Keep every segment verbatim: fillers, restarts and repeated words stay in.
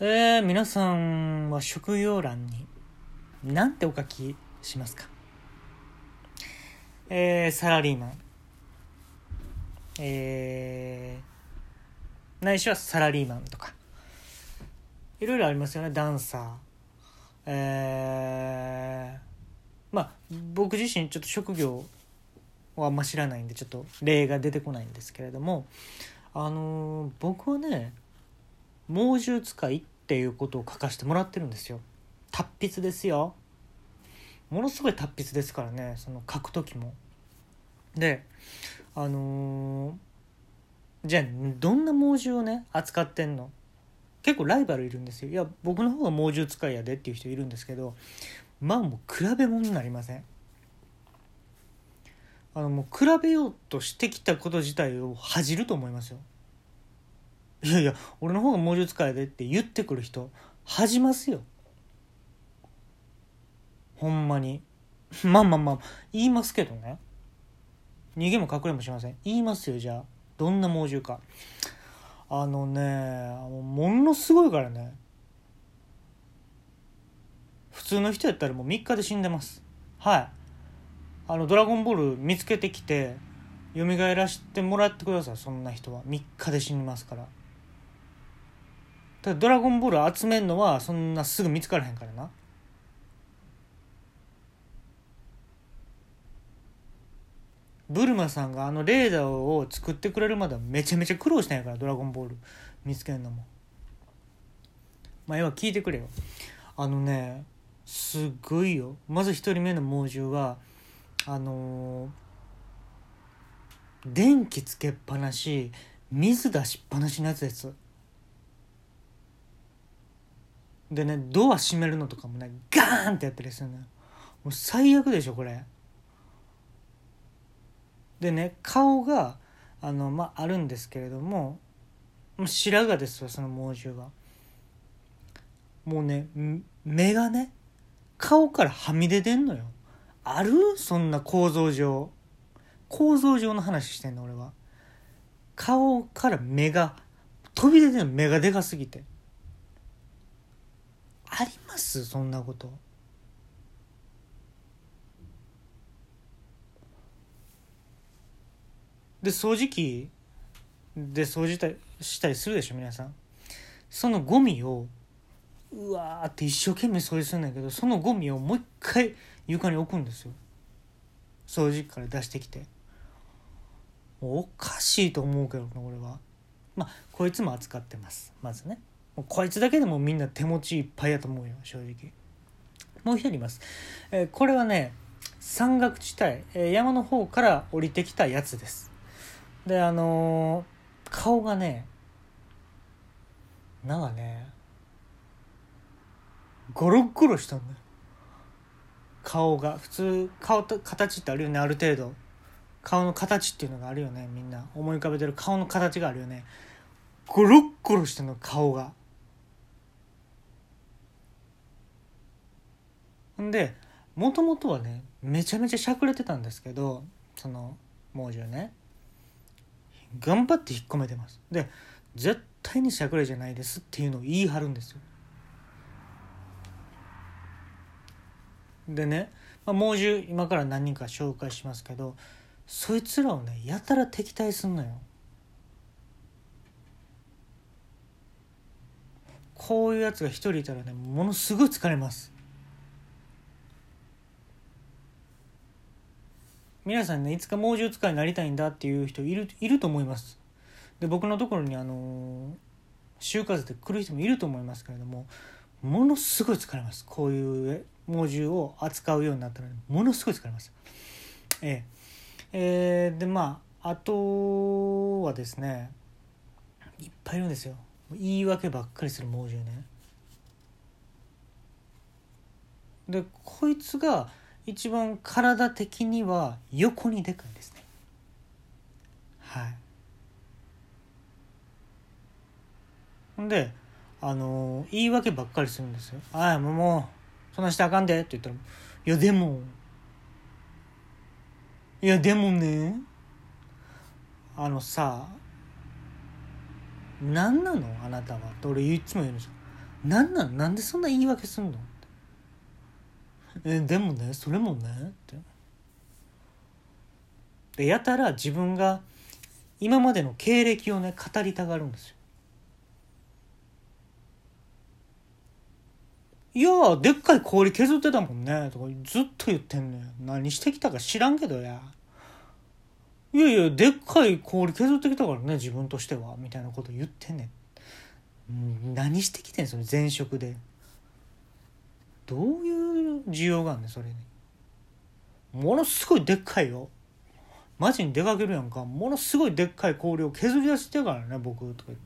えー、皆さんは職業欄に何てお書きしますか？えー、サラリーマン、えー、ないしはサラリーマンとかいろいろありますよね。ダンサー、えー、まあ僕自身ちょっと職業はあんま知らないんでちょっと例が出てこないんですけれども、あのー、僕はね猛獣使いっていうことを書かせてもらってるんですよ。達筆ですよ。ものすごい達筆ですからね、その書く時も。であのー、じゃあどんな猛獣をね扱ってんの？結構ライバルいるんですよ。いや僕の方が猛獣使いやでっていう人いるんですけど、まあもう比べ物になりません。あのもう比べようとしてきたこと自体を恥じると思いますよ。いやいや俺の方が猛獣使いやでって言ってくる人恥じますよ、ほんまに。まあまあまあ言いますけどね、逃げも隠れもしません。言いますよ。じゃあどんな猛獣か。あのねものすごいからね。普通の人やったらもうみっかで死んでます。はい。あのドラゴンボール見つけてきて蘇らせてもらってください。そんな人はみっかで死にますから。ただドラゴンボール集めるのはそんなすぐ見つからへんからな。ブルマさんがあのレーダーを作ってくれるまではめちゃめちゃ苦労したんやから、ドラゴンボール見つけるのも。まあ要は聞いてくれよ。あのねすごいよ。まず一人目の猛獣はあのー、電気つけっぱなし水出しっぱなしのやつです。でねドア閉めるのとかもねガーンってやったりするのよ。もう最悪でしょこれ。でね顔があの、まあ、あるんですけれども白髪ですよその猛獣は。もうね目がね顔からはみ出てんのよ。あるそんな構造上構造上の話してんの俺は。顔から目が飛び出てんの。目がでかすぎてありますそんなこと。で掃除機で掃除したりするでしょ皆さん。そのゴミをうわーって一生懸命掃除するんだけど、そのゴミをもう一回床に置くんですよ。掃除機から出してきて。おかしいと思うけどな俺は。まあこいつも扱ってます。まずねもうこいつだけでもみんな手持ちいっぱいやと思うよ正直。もう一人います、えー、これはね山岳地帯、えー、山の方から降りてきたやつです。であのー、顔がねなんかねゴロゴロしたんだよ。顔が普通顔と形ってあるよね。ある程度顔の形っていうのがあるよね。みんな思い浮かべてる顔の形があるよね。ゴロッゴロしてんの顔が。んでもともとはねめちゃめちゃしゃくれてたんですけど、その猛獣ね頑張って引っ込めてます。で絶対にしゃくれじゃないですっていうのを言い張るんですよ。でね、まあ、猛獣今から何人か紹介しますけど、そいつらをねやたら敵対すんのよ。こういうやつが一人いたらねものすごい疲れます。皆さんねいつか猛獣使いになりたいんだっていう人いるいると思います。で僕のところにあの就活で来る人もいると思いますけれども、ものすごい疲れます。こういう猛獣を扱うようになったら、ね、ものすごい疲れます。えええー、でまああとはですねいっぱいいるんですよ。言い訳ばっかりする猛獣ね。でこいつが一番体的には横にでかいんですね。はいであのー、言い訳ばっかりするんですよ。ああもうもうそんなしてあかんでって言ったら、いやでもいやでもねあのさ何なのあなたはって俺いつも言うんですよ。 なんなんなんでそんな言い訳すんのってえでもねそれもねってでやたら自分が今までの経歴をね語りたがるんですよ。いやーでっかい氷削ってたもんねとかずっと言ってんねん。何してきたか知らんけどや、いやいやでっかい氷削ってきたからね自分としてはみたいなこと言ってんねん。うん、何してきてんそれ前職で。どういう需要があんねんそれに。ものすごいでっかいよ、マジに出かけるやんか、ものすごいでっかい氷を削り出してるからね僕とか言って。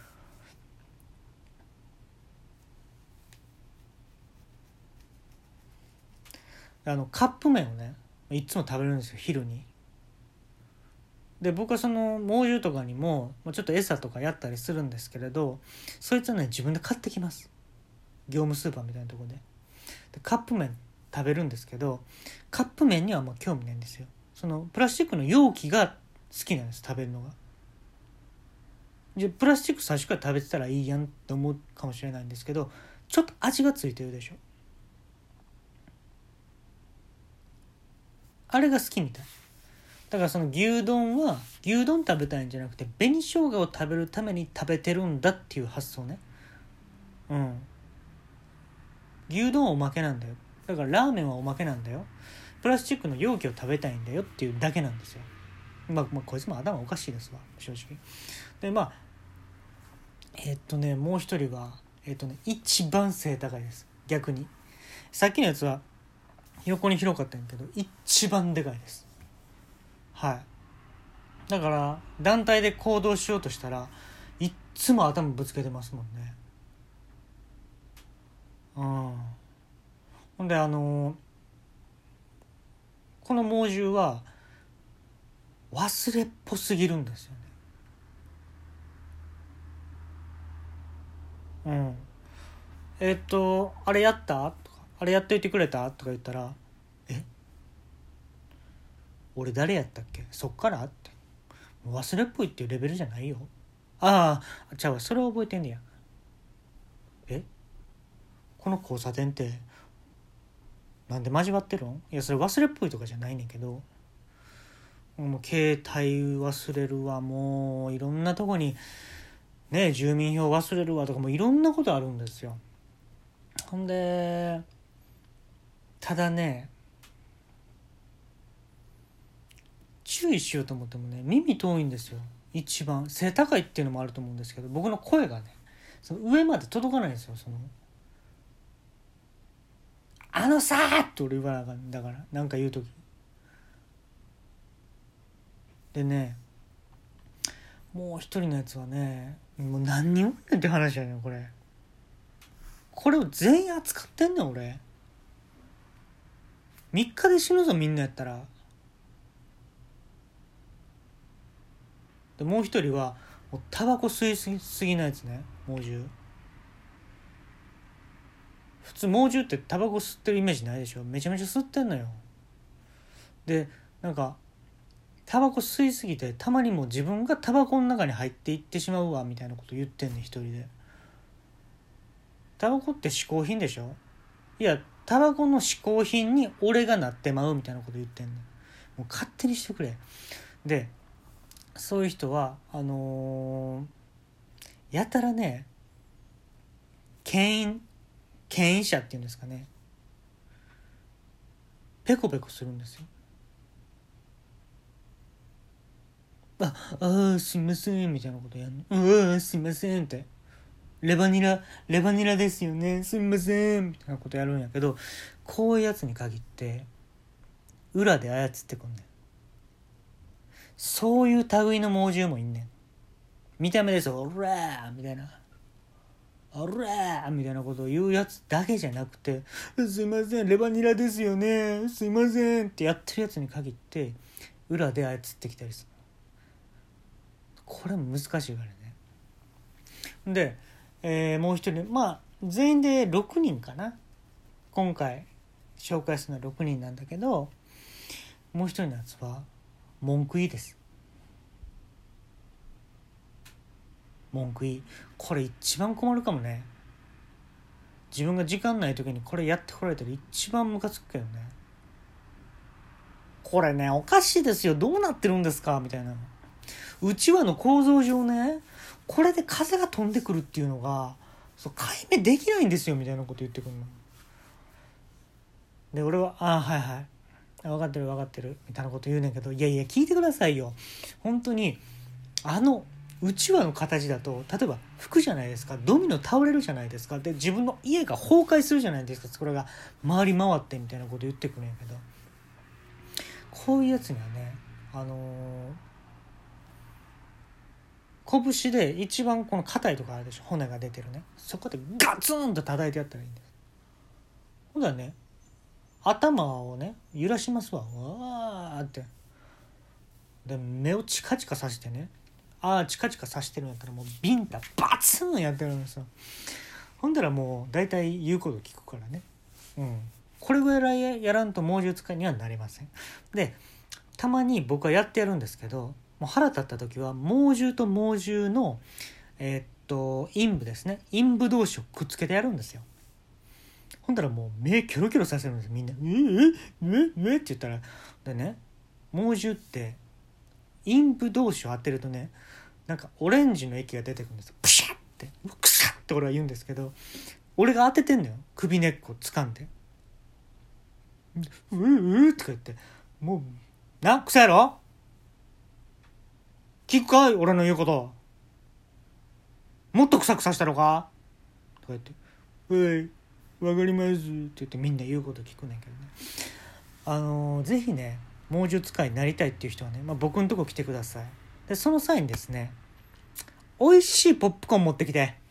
あのカップ麺をねいつも食べるんですよ昼に。で僕はその猛獣とかにもちょっと餌とかやったりするんですけれど、そいつはね自分で買ってきます、業務スーパーみたいなところで。でカップ麺食べるんですけど、カップ麺にはもう興味ないんですよ。そのプラスチックの容器が好きなんです、食べるのが。じゃプラスチック最初から食べてたらいいやんって思うかもしれないんですけど、ちょっと味がついてるでしょ、あれが好きみたい。だからその牛丼は牛丼食べたいんじゃなくて紅生姜を食べるために食べてるんだっていう発想ね。うん牛丼はおまけなんだよ、だからラーメンはおまけなんだよ、プラスチックの容器を食べたいんだよっていうだけなんですよ。まあ、まあ、こいつも頭おかしいですわ正直。でまあえーっとねもう一人はえーっとね一番背高いです。逆にさっきのやつは横に広かったんやけど一番でかいです。はい。だから団体で行動しようとしたらいっつも頭ぶつけてますもんね。うん。ほんであのーこの猛獣は忘れっぽすぎるんですよね。うん。えーっとあれやったとかあれやっといてくれたとか言ったら、え俺誰やったっけそっからって忘れっぽいっていうレベルじゃないよ。ああ、ちゃうわ、それは覚えてんねや。えこの交差点ってなんで交わってるん？いやそれ忘れっぽいとかじゃないねんけど、もう携帯忘れるわ、もういろんなとこにね住民票忘れるわとかもういろんなことあるんですよ。ほんでただね注意しようと思ってもね耳遠いんですよ。一番背高いっていうのもあると思うんですけど、僕の声がねその上まで届かないんですよ。そのあのさーって俺言わなあかんだから、なんか言うときでね、もう一人のやつはねもう何人おんねんって話やねんこれ。これを全員扱ってんねん俺。みっかで死ぬぞみんなやったら。でもう一人はもうタバコ吸いすぎすぎなやつね、猛獣。普通猛獣ってタバコ吸ってるイメージないでしょ、めちゃめちゃ吸ってんのよ。でなんかタバコ吸いすぎてたまにもう自分がタバコの中に入っていってしまうわみたいなこと言ってんねん一人で。タバコって嗜好品でしょ、いやタバコの嗜好品に俺がなってまうみたいなこと言ってんねん。もう勝手にしてくれ。でそういう人はあのー、やたらね牽引牽引車っていうんですかね、ペコペコするんですよ。ああーすいませんみたいなことやんの。ああすいませんって、レバニラレバニラですよねすいませんみたいなことやるんやけど、こういうやつに限って裏で操ってくんねん。そういう類の猛獣もいんねん。見た目ですよ、オラーみたいな、オラーみたいなことを言うやつだけじゃなくて、すいませんレバニラですよねすいませんってやってるやつに限って裏で操ってきたりする。これ難しいからね。で、えー、もう一人まあ全員でろくにんかな、今回紹介するのはろくにんなんだけど、もう一人のやつは文句いいです。文句いい。これ一番困るかもね。 自分が時間ない時にこれやってこられたら一番ムカつくけどね。これねおかしいですよ、どうなってるんですかみたいな。うちわの構造上ね、これで風が飛んでくるっていうのがそう解明できないんですよみたいなこと言ってくるので、俺はあはいはい分かってる分かってるみたいなこと言うねんけど、いやいや聞いてくださいよ。本当にあのうちわの形だと、例えば服じゃないですか、ドミノ倒れるじゃないですか、で自分の家が崩壊するじゃないですか、それが回り回ってみたいなこと言ってくるんやけど、こういうやつにはね、あのー、拳で一番この硬いとこあるでしょ、骨が出てるね、そこでガツンと叩いてやったらいいんです。ほんだらね、頭をね揺らしますわ、わーって。で目をチカチカさしてね、ああチカチカさしてるんやったらもうビンタバツンやってるんですよ。ほんだらもう大体言うこと聞くからね、うん、これぐらいやらんと猛獣使いにはなりません。でたまに僕はやってやるんですけど、もう腹立った時は猛獣と猛獣のえー、っと陰部ですね、陰部同士をくっつけてやるんですよ。ほんだらもう目キョロキョロさせるんですよみんな。うえうえうえって言ったら、でね猛獣って陰部同士を当てるとね、なんかオレンジの液が出てくるんですよ。プシャッってクサッって俺は言うんですけど、俺が当ててんのよ、首根っこ掴んで、うううとか言って、もうなクソやろ、聞くかい俺の言うこと、もっとクサクサしたのかとか言って、ういわかりますって言ってみんな言うこと聞くねんけどね。あのー、ぜひね猛獣使いになりたいっていう人はね、まあ、僕のとこ来てください。でその際にですね、美味しいポップコーン持ってきて。